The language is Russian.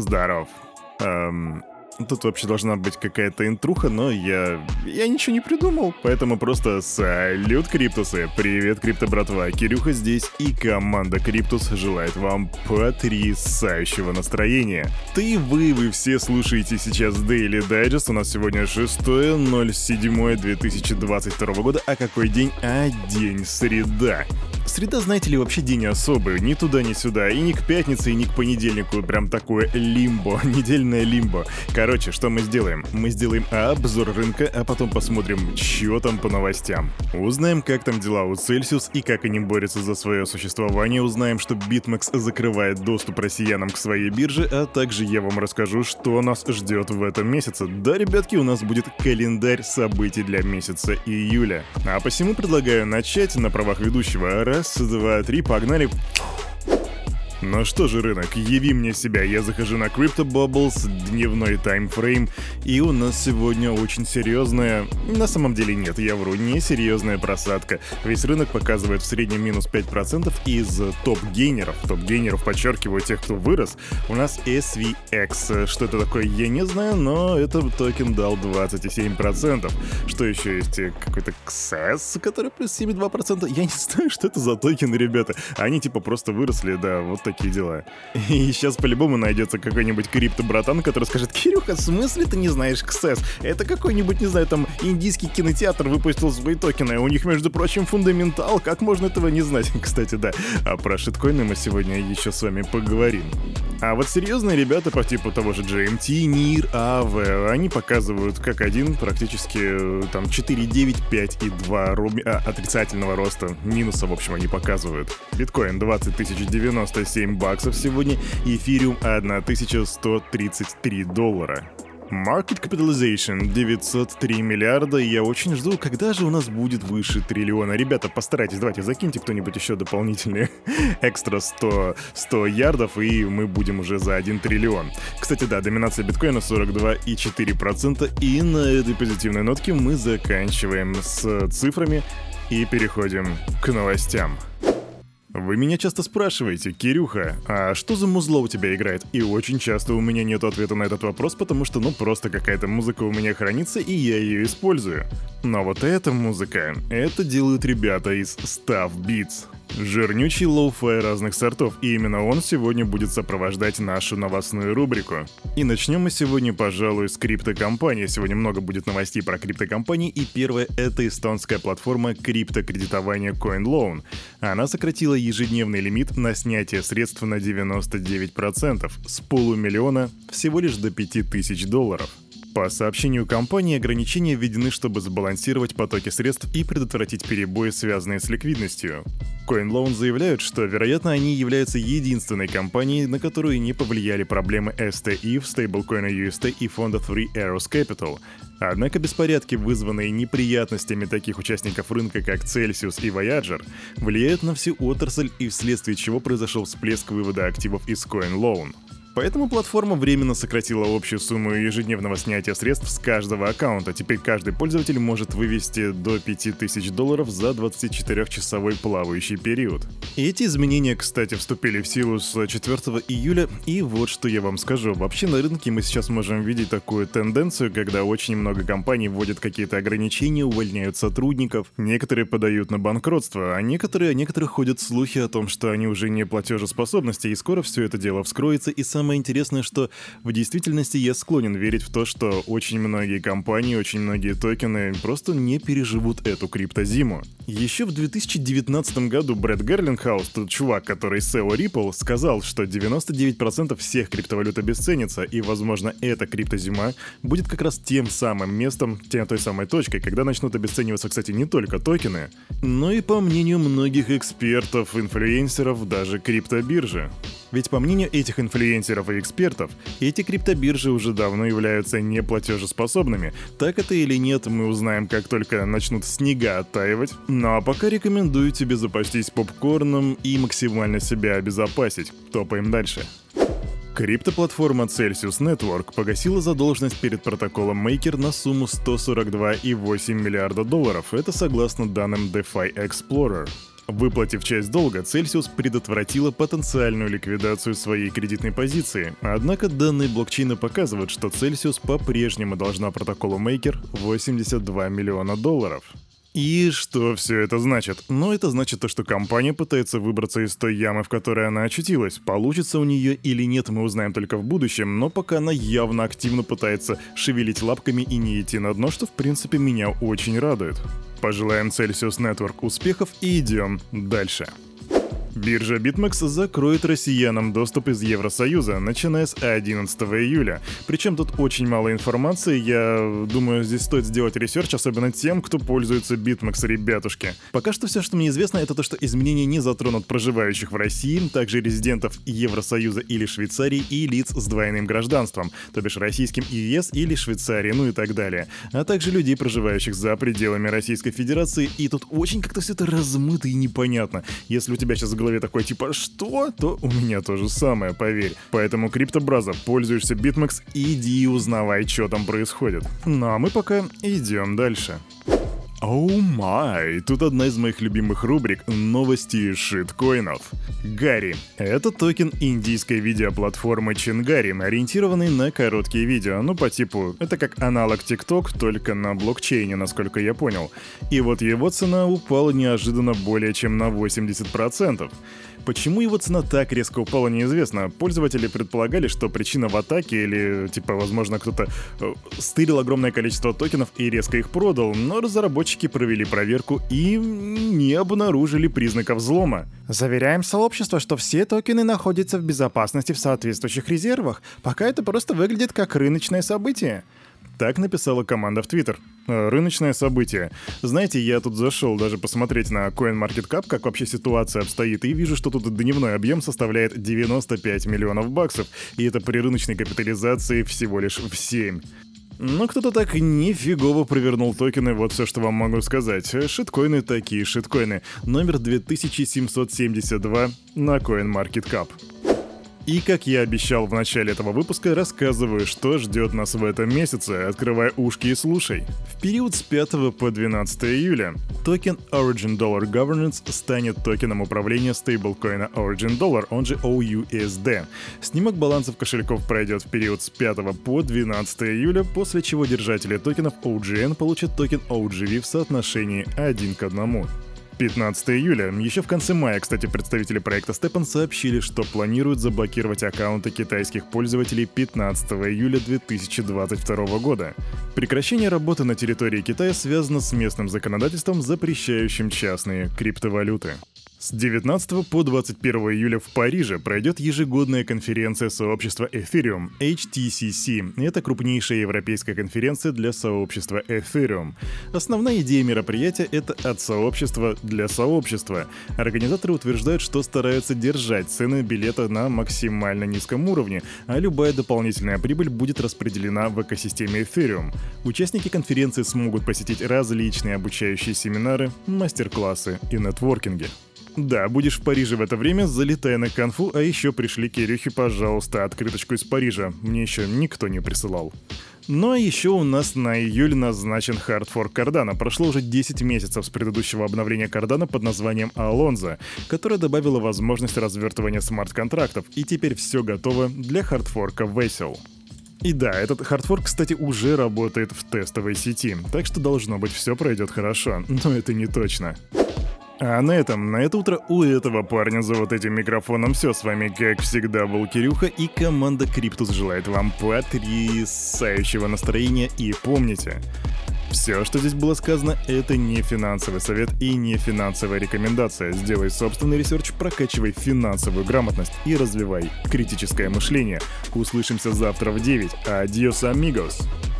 Здоров. Тут вообще должна быть какая-то интруха, но я ничего не придумал, поэтому просто салют, Криптусы! Привет, Крипто братва! Кирюха здесь, и команда Криптус желает вам потрясающего настроения. Вы все слушаете сейчас Daily Digest, у нас сегодня 6.07.2022 года, а какой день? А день среда. Среда, знаете ли, вообще день особый, ни туда, ни сюда, и ни к пятнице, и ни к понедельнику, прям такое лимбо, недельное лимбо. Короче, что мы сделаем? Мы сделаем обзор рынка, а потом посмотрим, что там по новостям. Узнаем, как там дела у Celsius и как они борются за свое существование, узнаем, что BitMEX закрывает доступ россиянам к своей бирже, а также я вам расскажу, что нас ждет в этом месяце. Да, ребятки, у нас будет календарь событий для месяца июля. А посему предлагаю начать на правах ведущего. Раз, два, три, погнали! Ну что же, рынок, яви мне себя. Я захожу на Crypto Bubbles, дневной таймфрейм, и у нас сегодня очень серьезная... На самом деле нет, я вру, не серьезная просадка. Весь рынок показывает в среднем минус 5% из топ-гейнеров, подчеркиваю, тех, кто вырос. У нас SVX. Что это такое, я не знаю, но этот токен дал 27%. Что еще есть? Какой-то XS, который плюс 7,2%. Я не знаю, что это за токены, ребята. Они типа просто выросли, да, вот такие дела. И сейчас по-любому найдется какой-нибудь крипто-братан, который скажет: Кирюха, в смысле ты не знаешь XS? Это какой-нибудь, не знаю, там, индийский кинотеатр выпустил свои токены, у них, между прочим, фундаментал, как можно этого не знать? Кстати, да, а про шиткоины мы сегодня еще с вами поговорим. А вот серьезные ребята по типу того же GMT, NIR, AV, они показывают как один практически там 4,9, 5 и 2 отрицательного роста. Минуса, в общем, они показывают. Биткоин 20 097 баксов сегодня, эфириум 1133 доллара. Market capitalization 903 миллиарда, и я очень жду, когда же у нас будет выше триллиона. Ребята, постарайтесь, давайте закиньте кто-нибудь еще дополнительные экстра 100 ярдов, и мы будем уже за 1 триллион. Кстати, да, доминация биткоина 42,4%, и на этой позитивной нотке мы заканчиваем с цифрами и переходим к новостям. Вы меня часто спрашиваете: Кирюха, а что за музло у тебя играет? И очень часто у меня нет ответа на этот вопрос, потому что, просто какая-то музыка у меня хранится, и я ее использую. Но вот эта музыка, это делают ребята из Stuff Beats. Жирнючий лоу-фай разных сортов, и именно он сегодня будет сопровождать нашу новостную рубрику. И начнем мы сегодня, пожалуй, с криптокомпании. Сегодня много будет новостей про криптокомпании, и первая — это эстонская платформа криптокредитования CoinLoan. Она сократила ежедневный лимит на снятие средств на 99%, с $500,000 всего лишь до $5000. По сообщению компании, ограничения введены, чтобы сбалансировать потоки средств и предотвратить перебои, связанные с ликвидностью. CoinLoan заявляют, что, вероятно, они являются единственной компанией, на которую не повлияли проблемы STETH, стейблкоина UST и фонда Three Arrows Capital. Однако беспорядки, вызванные неприятностями таких участников рынка, как Celsius и Voyager, влияют на всю отрасль, и вследствие чего произошел всплеск вывода активов из CoinLoan. Поэтому платформа временно сократила общую сумму ежедневного снятия средств с каждого аккаунта. Теперь каждый пользователь может вывести до $5000 за 24-часовой плавающий период. И эти изменения, кстати, вступили в силу с 4 июля. И вот что я вам скажу. Вообще на рынке мы сейчас можем видеть такую тенденцию, когда очень много компаний вводят какие-то ограничения, увольняют сотрудников. Некоторые подают на банкротство, а некоторые ходят слухи о том, что они уже не платежеспособности, и скоро все это дело вскроется. И самое интересное, что в действительности я склонен верить в то, что очень многие компании, очень многие токены просто не переживут эту криптозиму. Еще в 2019 году Брэд Гарлингхаус, тот чувак, который SEO Ripple, сказал, что 99% всех криптовалют обесценится, и, возможно, эта криптозима будет как раз тем самым местом, той самой точкой, когда начнут обесцениваться, кстати, не только токены, но и, по мнению многих экспертов, инфлюенсеров, даже криптобиржи. Ведь по мнению этих инфлюенсеров и экспертов, эти криптобиржи уже давно являются неплатежеспособными. Так это или нет, мы узнаем, как только начнут снега оттаивать. Ну а пока рекомендую тебе запастись попкорном и максимально себя обезопасить. Топаем дальше. Криптоплатформа Celsius Network погасила задолженность перед протоколом Maker на сумму $142,8 миллиарда. Это согласно данным DeFi Explorer. Выплатив часть долга, Celsius предотвратила потенциальную ликвидацию своей кредитной позиции. Однако данные блокчейна показывают, что Celsius по-прежнему должна протоколу Maker $82 миллиона. И что все это значит? Ну, это значит то, что компания пытается выбраться из той ямы, в которой она очутилась. Получится у нее или нет, мы узнаем только в будущем, но пока она явно активно пытается шевелить лапками и не идти на дно, что в принципе меня очень радует. Пожелаем Celsius Network успехов и идем дальше. Биржа BitMEX закроет россиянам доступ из Евросоюза, начиная с 11 июля. Причем тут очень мало информации, я думаю, здесь стоит сделать ресерч, особенно тем, кто пользуется BitMEX, ребятушки. Пока что все, что мне известно, это то, что изменения не затронут проживающих в России, также резидентов Евросоюза или Швейцарии и лиц с двойным гражданством, то бишь российским и ЕС или Швейцарии, ну и так далее, а также людей, проживающих за пределами Российской Федерации, и тут очень как-то все это размыто и непонятно. Если у тебя сейчас в голове такой типа «что?», то у меня то же самое, поверь. Поэтому, криптобраза, пользуешься BitMEX, иди и узнавай, что там происходит. Ну а мы пока идем дальше. Оу май, тут одна из моих любимых рубрик «Новости шиткоинов». Гарри. Это токен индийской видеоплатформы Чингари, ориентированный на короткие видео. Ну, по типу, это как аналог TikTok, только на блокчейне, насколько я понял. И вот его цена упала неожиданно более чем на 80%. Почему его цена так резко упала, неизвестно. Пользователи предполагали, что причина в атаке или, типа, возможно, кто-то стырил огромное количество токенов и резко их продал, но разработчики провели проверку и не обнаружили признаков взлома. Заверяем сообщество, что все токены находятся в безопасности в соответствующих резервах, пока это просто выглядит как рыночное событие. Так написала команда в Twitter. Рыночное событие. Знаете, я тут зашел даже посмотреть на CoinMarketCap, как вообще ситуация обстоит, и вижу, что тут дневной объем составляет $95 миллионов, и это при рыночной капитализации всего лишь в 7. Но кто-то так нифигово провернул токены, вот все, что вам могу сказать. Шиткоины такие шиткоины. Номер 2772 на CoinMarketCap. И, как я обещал в начале этого выпуска, рассказываю, что ждет нас в этом месяце. Открывай ушки и слушай. В период с 5 по 12 июля токен Origin Dollar Governance станет токеном управления стейблкоина Origin Dollar, он же OUSD. Снимок балансов кошельков пройдет в период с 5 по 12 июля, после чего держатели токенов OGN получат токен OGV в соотношении 1 к 1. 15 июля. Еще в конце мая, кстати, представители проекта Stepan сообщили, что планируют заблокировать аккаунты китайских пользователей 15 июля 2022 года. Прекращение работы на территории Китая связано с местным законодательством, запрещающим частные криптовалюты. С 19 по 21 июля в Париже пройдет ежегодная конференция сообщества Ethereum, HTCC. Это крупнейшая европейская конференция для сообщества Ethereum. Основная идея мероприятия — это от сообщества для сообщества. Организаторы утверждают, что стараются держать цены билета на максимально низком уровне, а любая дополнительная прибыль будет распределена в экосистеме Ethereum. Участники конференции смогут посетить различные обучающие семинары, мастер-классы и нетворкинги. Да, будешь в Париже в это время, залетай на конфу, а еще пришли Кирюхе, пожалуйста, открыточку из Парижа. Мне еще никто не присылал. Ну а еще у нас на июль назначен хардфорк Cardano. Прошло уже 10 месяцев с предыдущего обновления Cardano под названием Alonzo, которое добавило возможность развертывания смарт-контрактов, и теперь все готово для хардфорка Wesel. И да, этот хардфорк, кстати, уже работает в тестовой сети, так что должно быть все пройдет хорошо, но это не точно. А на это утро у этого парня за вот этим микрофоном все. С вами, как всегда, был Кирюха, и команда Криптус желает вам потрясающего настроения. И помните, все, что здесь было сказано, это не финансовый совет и не финансовая рекомендация. Сделай собственный ресерч, прокачивай финансовую грамотность и развивай критическое мышление. Услышимся завтра в 9. Адьос, амигос!